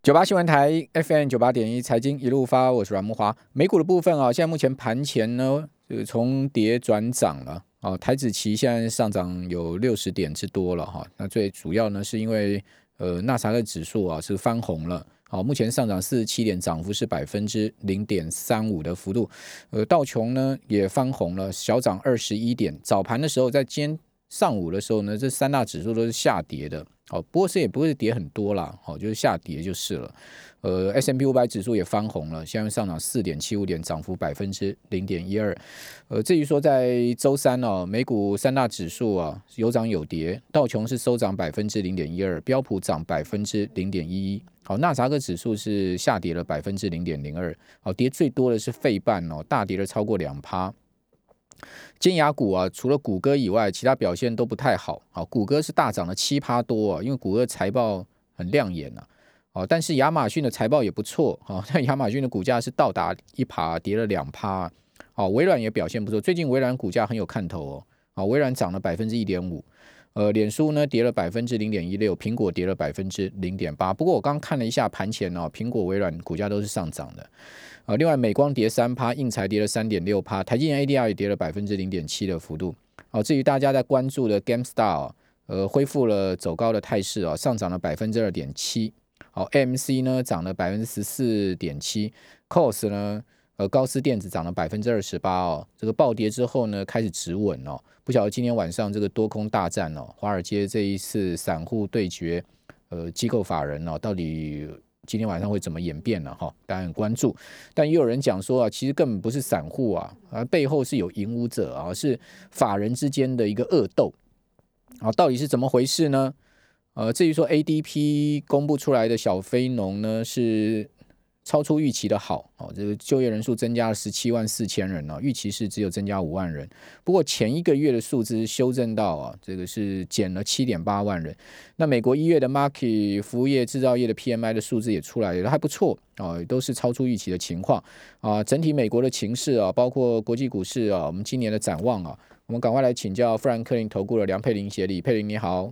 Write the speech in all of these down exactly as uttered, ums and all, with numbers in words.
九八新闻台 F M 九八点一财经一路发，我是阮慕骅。美股的部分啊，现在目前盘前呢，从跌转涨了啊，台指期现在上涨有六十点之多了哈。那最主要呢，是因为呃纳斯达克指数啊是翻红了。好，目前上涨四十七点，涨幅是百分之零点三五的幅度。呃，道琼呢也翻红了，小涨二十一点。早盘的时候，在今天上午的时候呢，这三大指数都是下跌的。好，不过这也不会跌很多啦，好，就是下跌就是了。呃 ，S and P 五百指数也翻红了，现在上涨四点七五点，涨幅百分之零点一二。呃，至于说在周三哦，美股三大指数啊有涨有跌，道琼是收涨百分之零点一二，标普涨百分之零点一一。好，纳斯达克指数是下跌了百分之零点零二。好，跌最多的是费半哦，大跌了超过两趴。尖牙股啊，除了谷歌以外，其他表现都不太好。好，谷歌是大涨了七趴多啊，因为谷歌财报很亮眼啊。好，但是亚马逊的财报也不错啊，但亚马逊的股价是倒打一耙，跌了两趴。好，微软也表现不错，最近微软股价很有看头哦。好，微软涨了百分之一点五。呃，脸书呢跌了百分之零点一六，苹果跌了百分之零点八。不过我刚刚看了一下盘前哦，苹果、微软股价都是上涨的。呃，另外美光跌三趴，应材跌了三点六趴，台积电 A D R 也跌了百分之零点七的幅度。好，至于大家在关注的 GameStar， 呃，恢复了走高的态势啊，上涨了百分之二点七。好 ，A M C 呢涨了百分之十四点七 ，C O S 呢，呃，高斯电子涨了百分之二十八哦。这个暴跌之后呢，开始止稳哦。不晓得今天晚上这个多空大战哦，华尔街这一次散户对决，呃，机构法人哦，到底今天晚上会怎么演变呢？哈，大家很关注。但也有人讲说啊，其实根本不是散户啊，啊，背后是有赢武者啊，是法人之间的一个恶斗。啊，到底是怎么回事呢？呃，至于说 A D P 公布出来的小非农呢，是超出预期的好，哦，这个就业人数增加了十七万四千人哦，预期是只有增加五万人。不过前一个月的数字修正到啊，这个是减了七点八万人。那美国一月的 Markit 服务业、制造业的 P M I 的数字也出来了，还不错啊，都是超出预期的情况啊。整体美国的情势啊，包括国际股市啊，我们今年的展望啊，我们赶快来请教富兰克林投顾的梁佩玲协理，佩玲你好。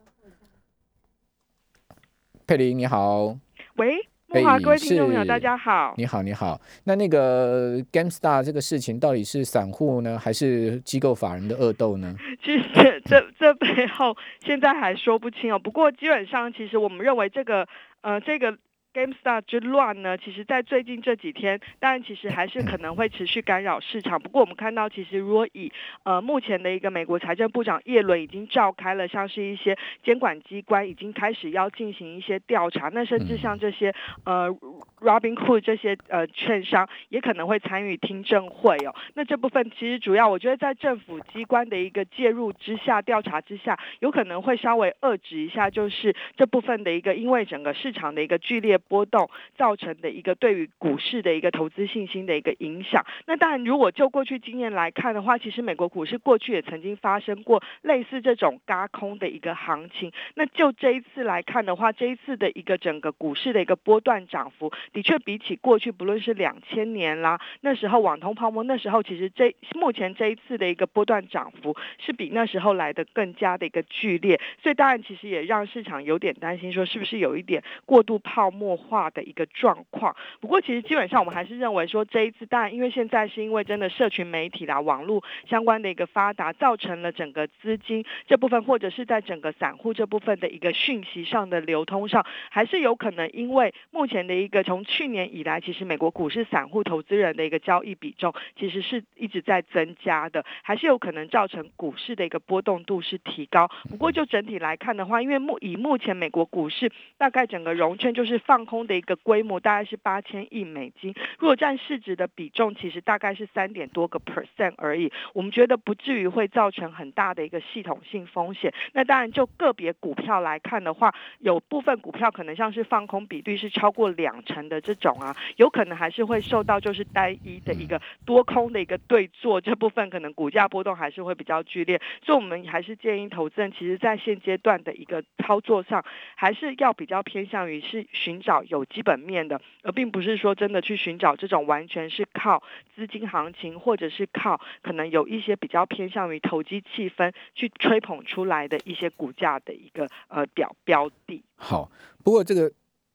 佩玲你好， 喂，慕骅，各位听众朋友，大家好。 你好，你好。那那个 GameStar 这个事情，到底是散户呢，还是机构法人的恶斗呢？ 其实这这这背后现在还说不清哦。不过基本上，其实我们认为这个呃这个。GameStar 之乱呢，其实在最近这几天，当然其实还是可能会持续干扰市场。不过我们看到，其实如果以呃目前的一个美国财政部长耶伦已经召开了，像是一些监管机关已经开始要进行一些调查，那甚至像这些呃 Robinhood 这些呃券商也可能会参与听证会哦。那这部分其实主要我觉得在政府机关的一个介入之下、调查之下，有可能会稍微遏制一下，就是这部分的一个因为整个市场的一个剧烈波动造成的一个对于股市的一个投资信心的一个影响。那当然如果就过去经验来看的话，其实美国股市过去也曾经发生过类似这种轧空的一个行情。那就这一次来看的话，这一次的一个整个股市的一个波段涨幅的确比起过去不论是两千年啦，那时候网通泡沫，那时候其实这目前这一次的一个波段涨幅是比那时候来的更加的一个剧烈。所以当然其实也让市场有点担心说是不是有一点过度泡沫化的一个状况。不过其实基本上我们还是认为说这一次当然因为现在是因为真的社群媒体啦网络相关的一个发达，造成了整个资金这部分或者是在整个散户这部分的一个讯息上的流通上，还是有可能因为目前的一个从去年以来其实美国股市散户投资人的一个交易比重其实是一直在增加的，还是有可能造成股市的一个波动度是提高。不过就整体来看的话，因为以目前美国股市大概整个融券就是放空的一个规模大概是八千亿美金，如果占市值的比重其实大概是三点多个 percent 而已，我们觉得不至于会造成很大的一个系统性风险。那当然就个别股票来看的话，有部分股票可能像是放空比率是超过两成的这种啊，有可能还是会受到就是单一的一个多空的一个对做，这部分可能股价波动还是会比较剧烈。所以我们还是建议投资人其实在现阶段的一个操作上还是要比较偏向于是寻找有基本面的，而并不是说真的去寻找这种完全是靠资金行情或者是靠可能有一些比较偏向于投机气氛去吹捧出来的一些股价的一个呃表标的。 好，不过这个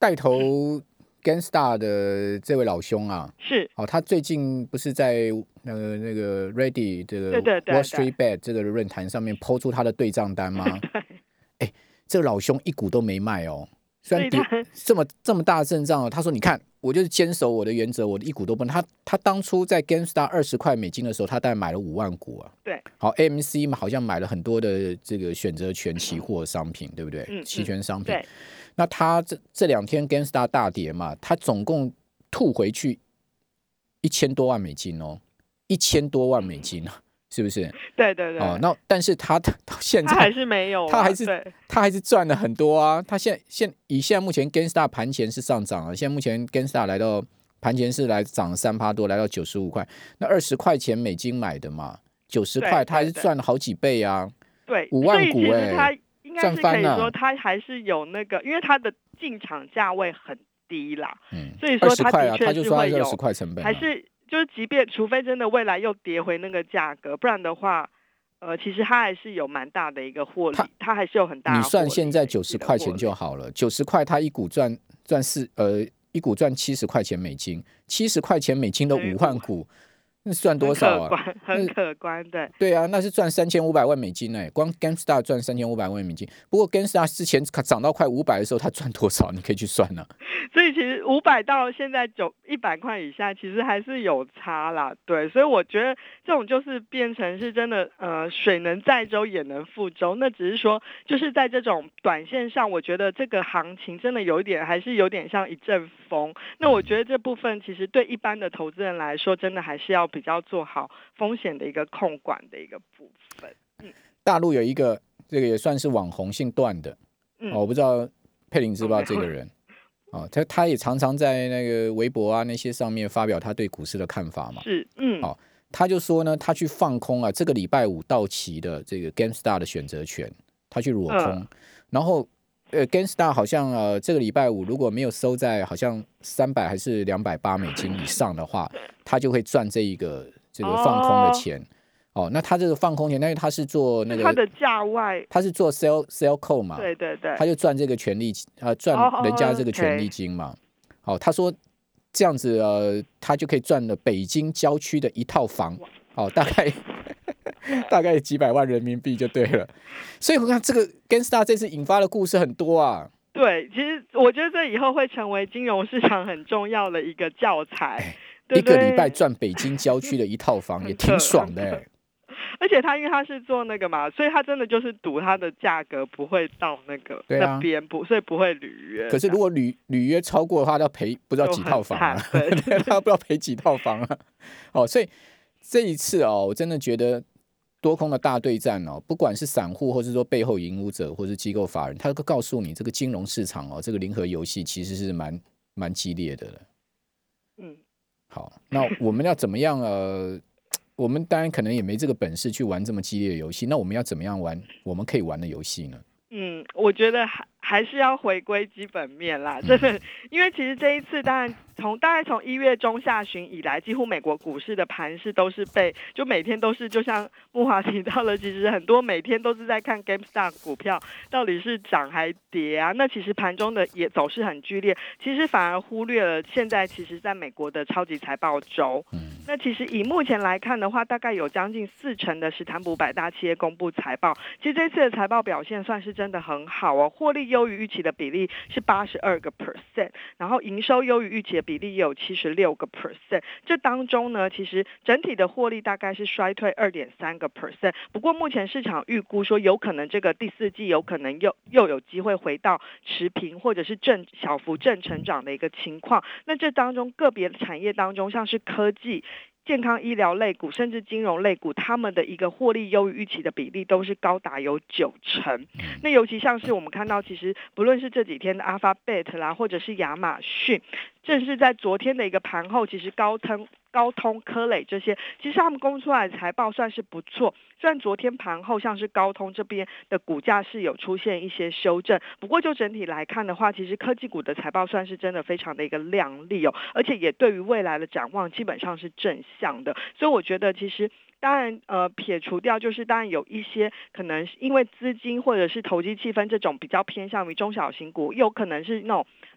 带头 GameStar 的这位老兄啊， 是哦，他最近不是在那个那个 Reddit 这个 Wall Street Bet 这个论坛上面抛出他的对账单吗？ 对， 哎，这个老兄一股都没卖哦。虽然跌这么这么大的阵仗，他说：“你看，我就是坚守我的原则，我的一股都不能。他”他当初在 GameStar 二十块美金的时候，他大概买了五万股啊。 对， 好 ，A M C 嘛，好像买了很多的这个选择权期货商品，对不对？ 嗯、 期权商品。 对。 那他这这两天 GameStar 大跌嘛，他总共吐回去一千多万美金哦，一千多万美金啊。是不是？ 对对对。 哦，那但是他到现在他还是没有、啊， 他还是他还是赚了很多啊。他现在现以现在目前 GameStar 盘前是上涨了，现在目前 GameStar 来到盘前是来涨三趴多，来到九十五块。那二十块钱美金买的嘛，九十块他还是赚了好几倍啊。 对， 五万股哎、欸， 他应该是可以说他还是有那个，因为他的进场价位很低啦，嗯，所以说他的确是会有二十块成本、啊， 还是。就是即便除非真的未来又跌回那个价格，不然的话，呃，其实它还是有蛮大的一个获利，它还是有很大的获利。 你算现在九十块钱就好了，九十块它一股赚赚四呃一股赚七十块钱美金，七十块钱美金的五万股，那算多少啊？ 很可观，对。 对啊，那是赚三千五百万美金哎、欸，光 GameStar 赚三千五百万美金。不过 GameStar 之前涨到快五百的时候，它赚多少？你可以去算啊。 所以其实五百到现在九一百块以下，其实还是有差啦，对，所以我觉得这种就是变成是真的，呃，水能载舟也能覆舟。那只是说，就是在这种短线上，我觉得这个行情真的有一点，还是有点像一阵风。那我觉得这部分其实对一般的投资人来说，真的还是要比较做好风险的一个控管的一个部分。嗯， 大陆有一个这个也算是网红姓段的，嗯哦、我不知道佩玲知不知道这个人。嗯哦、他他也常常在那个微博啊那些上面发表他对股市的看法嘛。 是，嗯， 哦，他就说呢，他去放空啊，这个礼拜五到期的这个 GameStar 的选择权，他去裸空，嗯、然后呃 GameStar 好像呃这个礼拜五如果没有收在好像三百还是两百八美金以上的话，他就会赚这一个这个放空的钱。哦哦，那他这个放空钱，因为他是做那个他的价外， 他是做 sell sell call 嘛， 对对对， 他就赚这个权利，呃，赚人家这个权利金嘛。好、哦，他说这样子，呃，他就可以赚了北京郊区的一套房，哦，大概大概几百万人民币就对了。所以我看这个 GameStar 这次引发的故事很多啊。 对，其实我觉得这以后会成为金融市场很重要的一个教材。 哎对对一个礼拜赚北京郊区的一套房，也挺爽的、欸。 而且他因为他是做那个嘛，所以他真的就是赌他的价格不会到那个、啊、那边不，所以不会履约。 可是如果履履约超过的话，要赔不知道几套房啊， 对他不知道赔几套房啊。哦，所以这一次哦，我真的觉得多空的大对战哦，不管是散户或是说背后引武者或是机构法人，他都告诉你这个金融市场哦，这个零和游戏其实是蛮蛮激烈的了。嗯，好，那我们要怎么样呃？我们当然可能也没这个本事去玩这么激烈的游戏，那我们要怎么样玩我们可以玩的游戏呢？ 嗯，我觉得还还是要回归基本面啦，真的，因为其实这一次当然从大概从一月中下旬以来，几乎美国股市的盘势都是被就每天都是就像慕华提到了，其实很多每天都是在看 GameStar 股票到底是涨还跌啊，那其实盘中的也走势很剧烈，其实反而忽略了现在其实在美国的超级财报周。那其实以目前来看的话，大概有将近四成的史坦普百大企业公布财报，其实这次的财报表现算是真的很好哦，获利优于预期的比例是八十二个 percent， 然后营收优于预期的比例也有七十六个 percent， 这当中呢，其实整体的获利大概是衰退二点三个 percent， 不过目前市场预估说有可能这个第四季有可能又又有机会回到持平或者是正小幅正成长的一个情况，那这当中个别产业当中像是科技、健康医疗类股甚至金融类股，他们的一个获利优于预期的比例都是高达有九成。那尤其像是我们看到，其实不论是这几天的 Alphabet 啦，或者是亚马逊，正是在昨天的一个盘后，其实高通、高通、科磊这些，其实他们公出来的财报算是不错。虽然昨天盘后像是高通这边的股价是有出现一些修正，不过就整体来看的话，其实科技股的财报算是真的非常的一个亮丽哦，而且也对于未来的展望基本上是正向的。所以我觉得其实当然呃撇除掉就是当然有一些可能因为资金或者是投机气氛这种比较偏向于中小型股，有可能是那种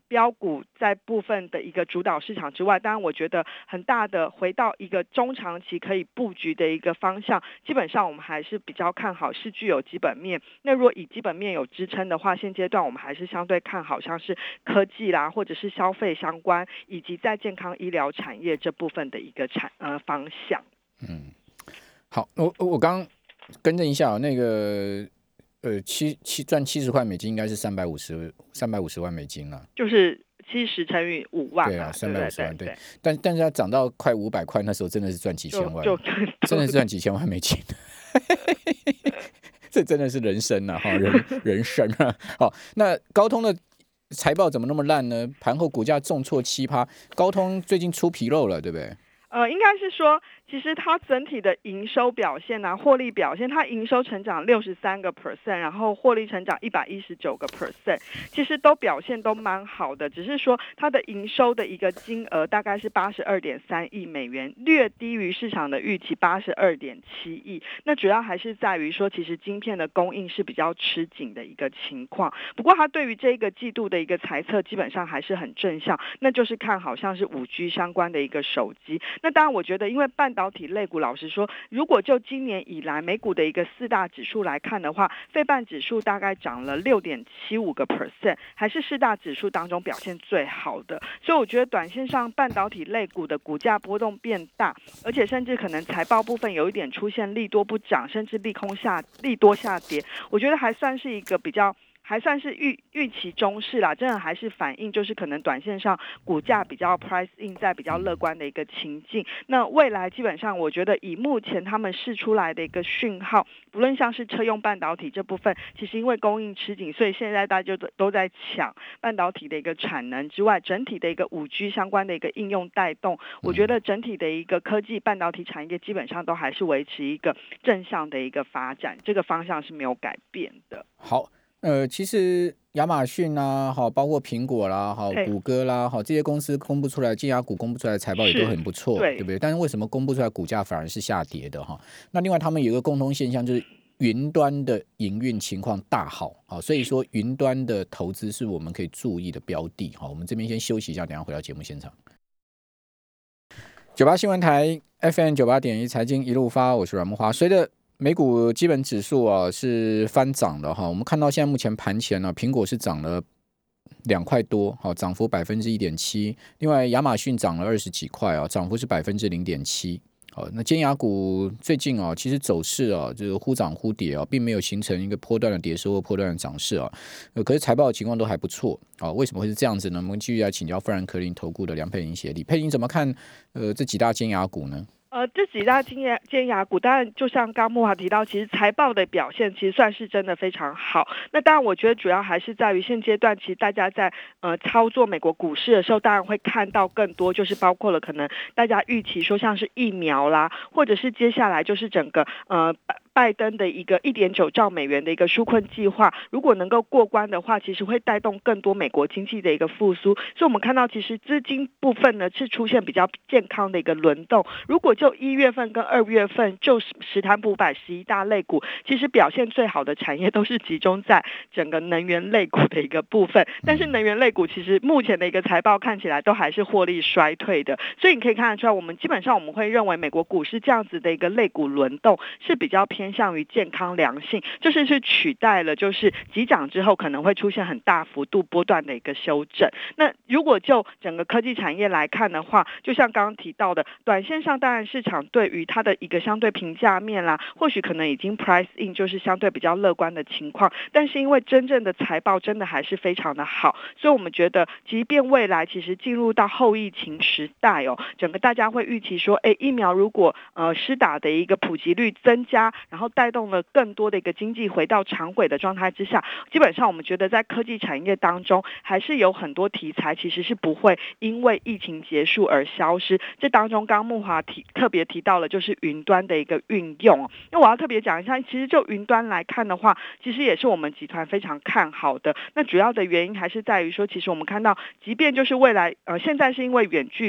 标股在部分的一个主导市场之外，当然我觉得很大的回到一个中长期可以布局的一个方向，基本上我们还是比较看好，是具有基本面。那如果以基本面有支撑的话，现阶段我们还是相对看好像是科技啦，或者是消费相关，以及在健康医疗产业这部分的一个产呃方向。 嗯，好，我我刚更正一下，那个呃七七赚七十块美金应该是三百五十三百五十万美金了， 就是七十乘以五万嘛， 对啊，三百五十万，对， 对， 但但是它涨到快五百块，那时候真的是赚几千万，就就真的是赚几千万美金，这真的是人生啊，哈，人人生啊，好，那高通的财报怎么那么烂呢？盘后股价重挫七趴，高通最近出纰漏了，对不对？ 呃，应该是说，其实它整体的营收表现啊，获利表现，它营收成长六十三个 percent， 然后获利成长一百一十九个 percent， 其实都表现都蛮好的，只是说它的营收的一个金额大概是八十二点三亿美元，略低于市场的预期八十二点七亿。那主要还是在于说，其实晶片的供应是比较吃紧的一个情况。不过，它对于这个季度的一个财测基本上还是很正向，那就是看好像是五 G 相关的一个手机。那当然，我觉得因为半导体类股，老实说，如果就今年以来美股的一个四大指数来看的话，费半指数大概涨了六点七五个 percent， 还是四大指数当中表现最好的。所以我觉得短线上半导体类股的股价波动变大，而且甚至可能财报部分有一点出现利多不涨，甚至利空下利多下跌，我觉得还算是一个比较。还算是预预期中式啦，真的还是反映就是可能短线上股价比较 price in 在比较乐观的一个情境。那未来基本上我觉得以目前他们释出来的一个讯号，不论像是车用半导体这部分，其实因为供应吃紧，所以现在大家就都在抢半导体的一个产能之外，整体的一个 五 G 相关的一个应用带动，我觉得整体的一个科技半导体产业基本上都还是维持一个正向的一个发展，这个方向是没有改变的。 好。呃，其实亚马逊啦，好，包括苹果啦，好，谷歌啦，好，这些公司公布出来，尖牙股公布出来的财报也都很不错，对不对？但是为什么公布出来股价反而是下跌的哈？那另外他们有一个共同现象，就是云端的营运情况大好，好，所以说云端的投资是我们可以注意的标的。好，我们这边先休息一下，等一下回到节目现场。九八新闻台 F M 九八点一财经一路发，我是阮慕骅。随着美股基本指数啊是翻涨的哈，我们看到现在目前盘前呢、啊，苹果是涨了两块多，好，涨幅百分之一点七。另外，亚马逊涨了二十几块啊，涨幅是百分之零点七。好，那尖牙股最近啊，其实走势啊，就是忽涨忽跌啊，并没有形成一个波段的跌势或波段的涨势啊。呃，可是财报的情况都还不错啊。为什么会是这样子呢？我们继续来请教富兰克林投顾的梁佩玲协理。佩玲怎么看？呃，这几大尖牙股呢？ 呃，这几大尖牙尖牙股，当然就像刚慕骅提到，其实财报的表现其实算是真的非常好。那当然，我觉得主要还是在于现阶段，其实大家在呃操作美国股市的时候，当然会看到更多，就是包括了可能大家预期说像是疫苗啦，或者是接下来就是整个呃。拜登的一个 一点九兆美元的一个纾困计划，如果能够过关的话，其实会带动更多美国经济的一个复苏。所以我们看到其实资金部分呢是出现比较健康的一个轮动。如果就一月份跟二月份就石潭五百十一大类股，其实表现最好的产业都是集中在整个能源类股的一个部分。但是能源类股其实目前的一个财报看起来都还是获利衰退的，所以你可以看得出来，我们基本上我们会认为美国股市这样子的一个类股轮动是比较偏向于健康良性，就是是取代了就是急涨之后可能会出现很大幅度波段的一个修正。那如果就整个科技产业来看的话，就像刚刚提到的，短线上当然市场对于它的一个相对评价面啦，或许可能已经 price in 就是相对比较乐观的情况，但是因为真正的财报真的还是非常的好，所以我们觉得即便未来其实进入到后疫情时代哦，整个大家会预期说，哎，疫苗如果呃施打的一个普及率增加，然后带动了更多的一个经济回到常轨的状态之下，基本上我们觉得在科技产业当中还是有很多题材其实是不会因为疫情结束而消失。这当中刚慕骅提特别提到了就是云端的一个运用，那我要特别讲一下，其实就云端来看的话，其实也是我们集团非常看好的。那主要的原因还是在于说，其实我们看到即便就是未来呃现在是因为远距工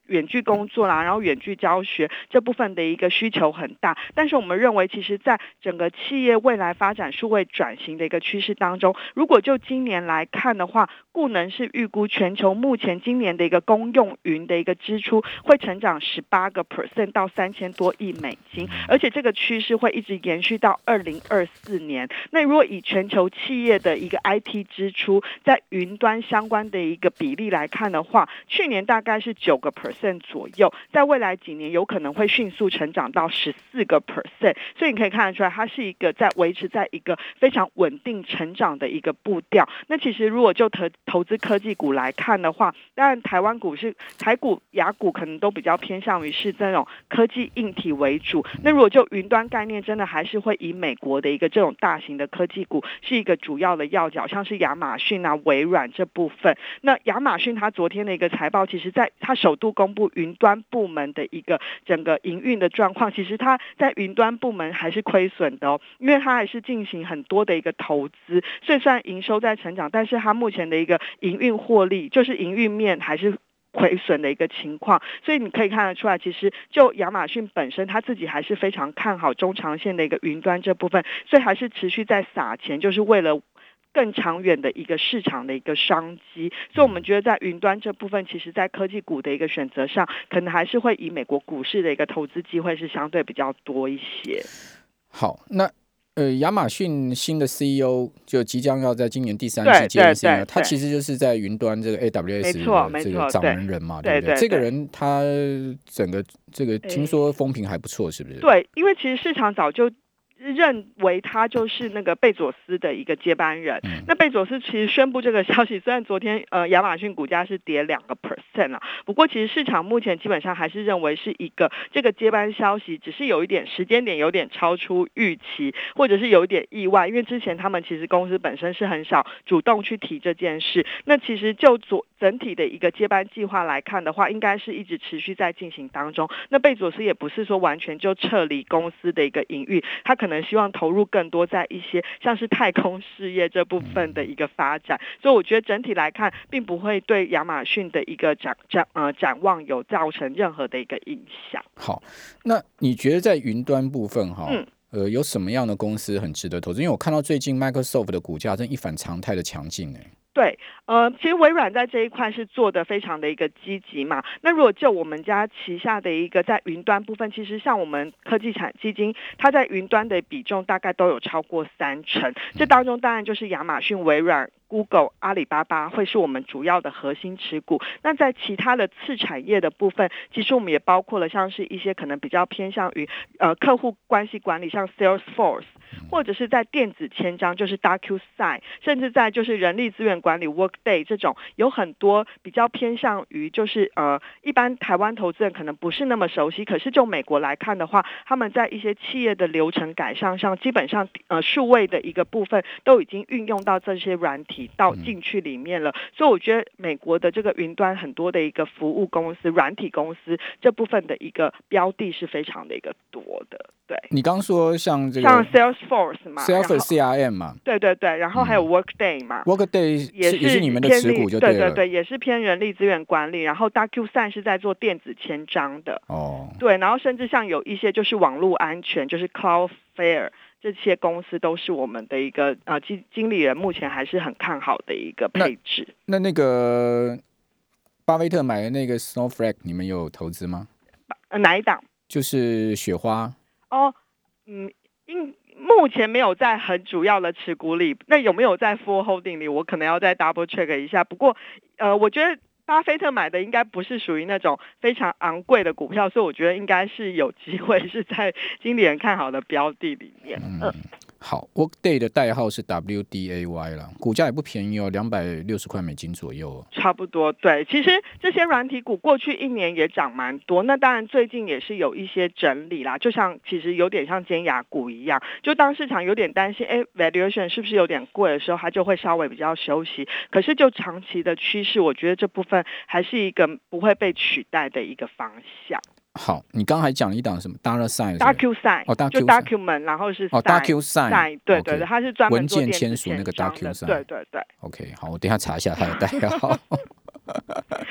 远距工作啦，然后远距教学这部分的一个需求很大，但是我们认为其实在整个企业未来发展数位转型的一个趋势当中，如果就今年来看的话，固能是预估全球目前今年的一个公用云的一个支出会成长 百分之十八 到三千多亿美金，而且这个趋势会一直延续到二零二四年。那如果以全球企业的一个 I T 支出在云端相关的一个比例来看的话，去年大概是九个 percent 左右，在未来几年有可能会迅速成长到十四个 percent， 所以你可以看得出来，它是一个在维持在一个非常稳定成长的一个步调。那其实如果就投投资科技股来看的话，当然台湾股是台股、亚股可能都比较偏向于是这种科技硬体为主。那如果就云端概念，真的还是会以美国的一个这种大型的科技股是一个主要的要角，像是亚马逊啊、微软这部分。那亚马逊它昨天的一个财报，其实在它首度公布云端部门的一个整个营运的状况，其实它在云端部门还是亏损的哦，因为它还是进行很多的一个投资，所以虽然营收在成长，但是它目前的一个营运获利，就是营运面还是亏损的一个情况。所以你可以看得出来，其实就亚马逊本身他自己还是非常看好中长线的一个云端这部分，所以还是持续在撒钱，就是为了更长远的一个市场的一个商机。所以我们觉得在云端这部分，其实在科技股的一个选择上，可能还是会以美国股市的一个投资机会是相对比较多一些。 好，那呃，亚马逊新的 C E O 就即将要在今年第三季接任 C E O， 他其实就是在云端这个 A W S 的这个掌门人嘛，对不对？这个人他整个这个听说风评还不错，是不是？ 对，因为其实市场早就认为他就是那个贝佐斯的一个接班人。嗯、那贝佐斯其实宣布这个消息，虽然昨天呃亚马逊股价是跌两个 percent 啊，不过其实市场目前基本上还是认为是一个这个接班消息，只是有一点时间点有点超出预期，或者是有一点意外，因为之前他们其实公司本身是很少主动去提这件事。那其实就左整体的一个接班计划来看的话，应该是一直持续在进行当中。那贝佐斯也不是说完全就撤离公司的一个营运，他可能可能希望投入更多在一些像是太空事业这部分的一个发展，所以我觉得整体来看，并不会对亚马逊的一个展展呃展望有造成任何的一个影响。 好，那你觉得在云端部分哈，嗯呃，有什么样的公司很值得投资？因为我看到最近 Microsoft 的股价真一反常态的强劲哎。 对，呃，其实微软在这一块是做的非常的一个积极嘛。那如果就我们家旗下的一个在云端部分，其实像我们科技产基金，它在云端的比重大概都有超过三成。这当中当然就是亚马逊、微软、Google、阿里巴巴会是我们主要的核心持股。那在其他的次产业的部分，其实我们也包括了像是一些可能比较偏向于呃客户关系管理，像 Salesforce， 或者是在电子签章，就是 DocuSign， 甚至在就是人力资源管理 Workday 这种，有很多比较偏向于就是呃一般台湾投资人可能不是那么熟悉，可是就美国来看的话，他们在一些企业的流程改善上，基本上呃数位的一个部分都已经运用到这些软体到进去里面了。嗯、所以我觉得美国的这个云端很多的一个服务公司、软体公司这部分的一个标的是非常的一个多的。对， 你刚说像这个像 Salesforce 嘛 ，Salesforce C R M 嘛， 对对对，然后还有 Workday 嘛、 嗯、，Workday 也是也是你们的持股就对了，对对对，也是偏人力资源管理。然后 DocuSign 是在做电子签章的，哦，对，然后甚至像有一些就是网络安全，就是 Cloudflare。这些公司都是我们的一个呃经经理人目前还是很看好的一个配置。 那那那个巴菲特买的那个 Snowflake， 你们有投资吗？ 呃、哪一档？ 就是雪花。 哦，嗯，因目前没有在很主要的持股里，那有没有在 full holding 里？我可能要再 double check 一下。不过，呃，我觉得巴菲特买的应该不是属于那种非常昂贵的股票，所以我觉得应该是有机会是在经理人看好的标的里面。嗯。嗯好 ，Workday 的代号是 W D A Y 啦，股价也不便宜哦，两百六十块美金左右哦。 差不多，对。其实这些软体股过去一年也涨蛮多，那当然最近也是有一些整理啦，就像其实有点像尖牙股一样，就当市场有点担心，哎 ，valuation 是不是有点贵的时候，它就会稍微比较休息。可是就长期的趋势，我觉得这部分还是一个不会被取代的一个方向。 好，你刚才讲了一档什么 DocuSign， 哦就 document， 然后是 sign， 哦 DocuSign， 对对对，它是专门做文件签署那个 DocuSign， 对对对。 OK， 好，我等一下查一下它的代号。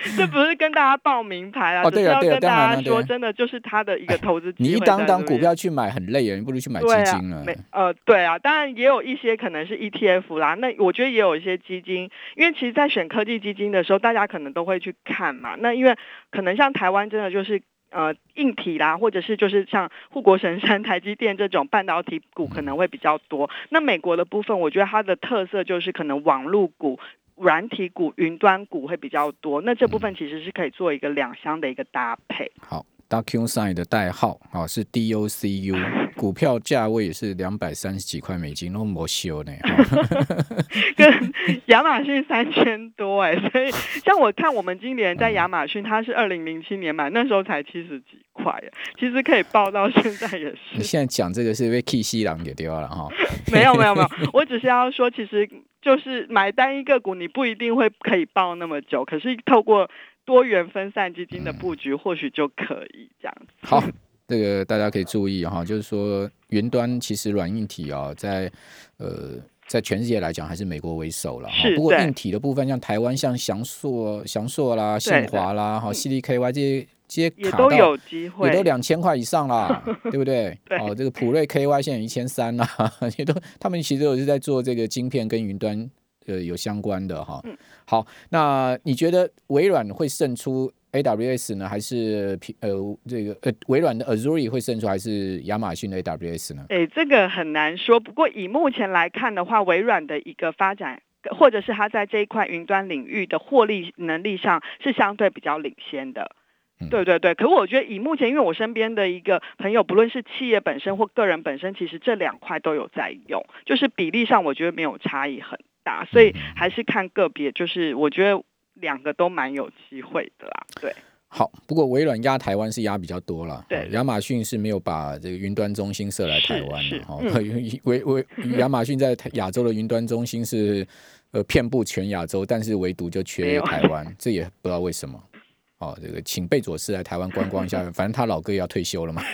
这不是跟大家报名牌啊， 哦，对啊，对啊， 只是要跟当然了， 大家说， 对。 真的就是他的一个投资机会你一在档档股这边票去买很累啊，你不如去买基对啊， 金了。 没呃，对啊，当然也有一些可能是 E T F 啦。那我觉得也有一些基金，因为其实，在选科技基金的时候，大家可能都会去看嘛。那因为可能像台湾真的就是呃硬体啦，或者是就是像护国神山、台积电这种半导体股可能会比较多。那美国的部分，我觉得它的特色就是可能网络股、软体股、云端股会比较多。那这部分其实是可以做一个两相的一个搭配。 好。DocuSign 的代号、哦、是 D O C U， 股票价位也是两百三十几块美金，都没修呢。 跟亚马逊三千多哎，所以像我看我们今年在亚马逊，它是二零零七年买，那时候才七十几块，其实可以报到现在也是。 你现在讲这个是被 K 西郎给丢了哈？ 没有没有没有，我只是要说，其实就是买单一个股，你不一定会可以报那么久，可是透过多元分散基金的布局，或许就可以这样子。 好，这个大家可以注意哈，就是说云端其实软硬体啊、哦，在呃在全世界来讲还是美国为首了哈。不过硬体的部分，像台湾像翔硕、翔硕啦、信华啦、哈 C D K Y 这些这些卡到也都有机会， 也都两千块以上啦，对不对？ 对哦，这个普瑞 K Y 现在一千三啦，也都他们其实都是在做这个晶片跟云端。呃，有相关的哈、嗯，好，那你觉得微软会胜出 A W S 呢，还是呃这个呃微软的 Azure 会胜出，还是亚马逊的 A W S 呢？ 哎，这个很难说。不过以目前来看的话，微软的一个发展，或者是它在这一块云端领域的获利能力上，是相对比较领先的。对对对，可是我觉得以目前，因为我身边的一个朋友，不论是企业本身或个人本身，其实这两块都有在用，就是比例上我觉得没有差异很大，所以还是看个别，就是我觉得两个都蛮有机会的啦。对， 好，不过微软压台湾是压比较多了， 对， 亚马逊是没有把这个云端中心设来台湾的哈，微嗯、 微亚马逊在亚洲的云端中心是呃遍布全亚洲，但是唯独就缺台湾，这也不知道为什么。哦，这个请贝佐斯来台湾观光一下，反正他老哥也要退休了嘛。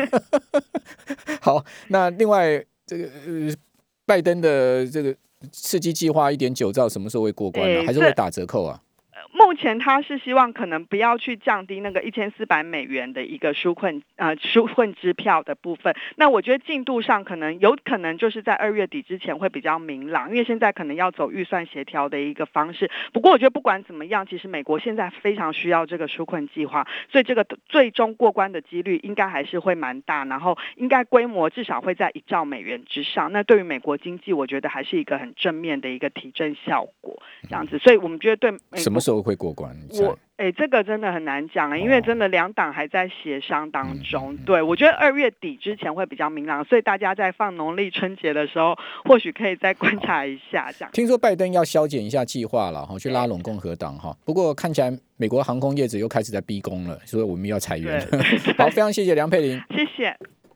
好，那另外这个、呃、拜登的这个刺激计划一点九兆什么时候会过关呢、啊？还是会打折扣啊？ 目前他是希望可能不要去降低那个一千四百美元的一个纾困呃纾困支票的部分。那我觉得进度上可能有可能就是在二月底之前会比较明朗，因为现在可能要走预算协调的一个方式。不过我觉得不管怎么样，其实美国现在非常需要这个纾困计划，所以这个最终过关的几率应该还是会蛮大，然后应该规模至少会在一兆美元之上。那对于美国经济，我觉得还是一个很正面的一个提振效果，这样子。所以我们觉得对美国什么时候会过关？ 我哎，这个真的很难讲啊，因为真的两党还在协商当中。哦、对，我觉得二月底之前会比较明朗，所以大家在放农历春节的时候，或许可以再观察一下。这样， 听说拜登要削减一下计划了哈，去拉拢共和党哈。不过看起来美国航空业者又开始在逼宫了，所以我们要裁员。好，非常谢谢梁佩玲， 谢谢。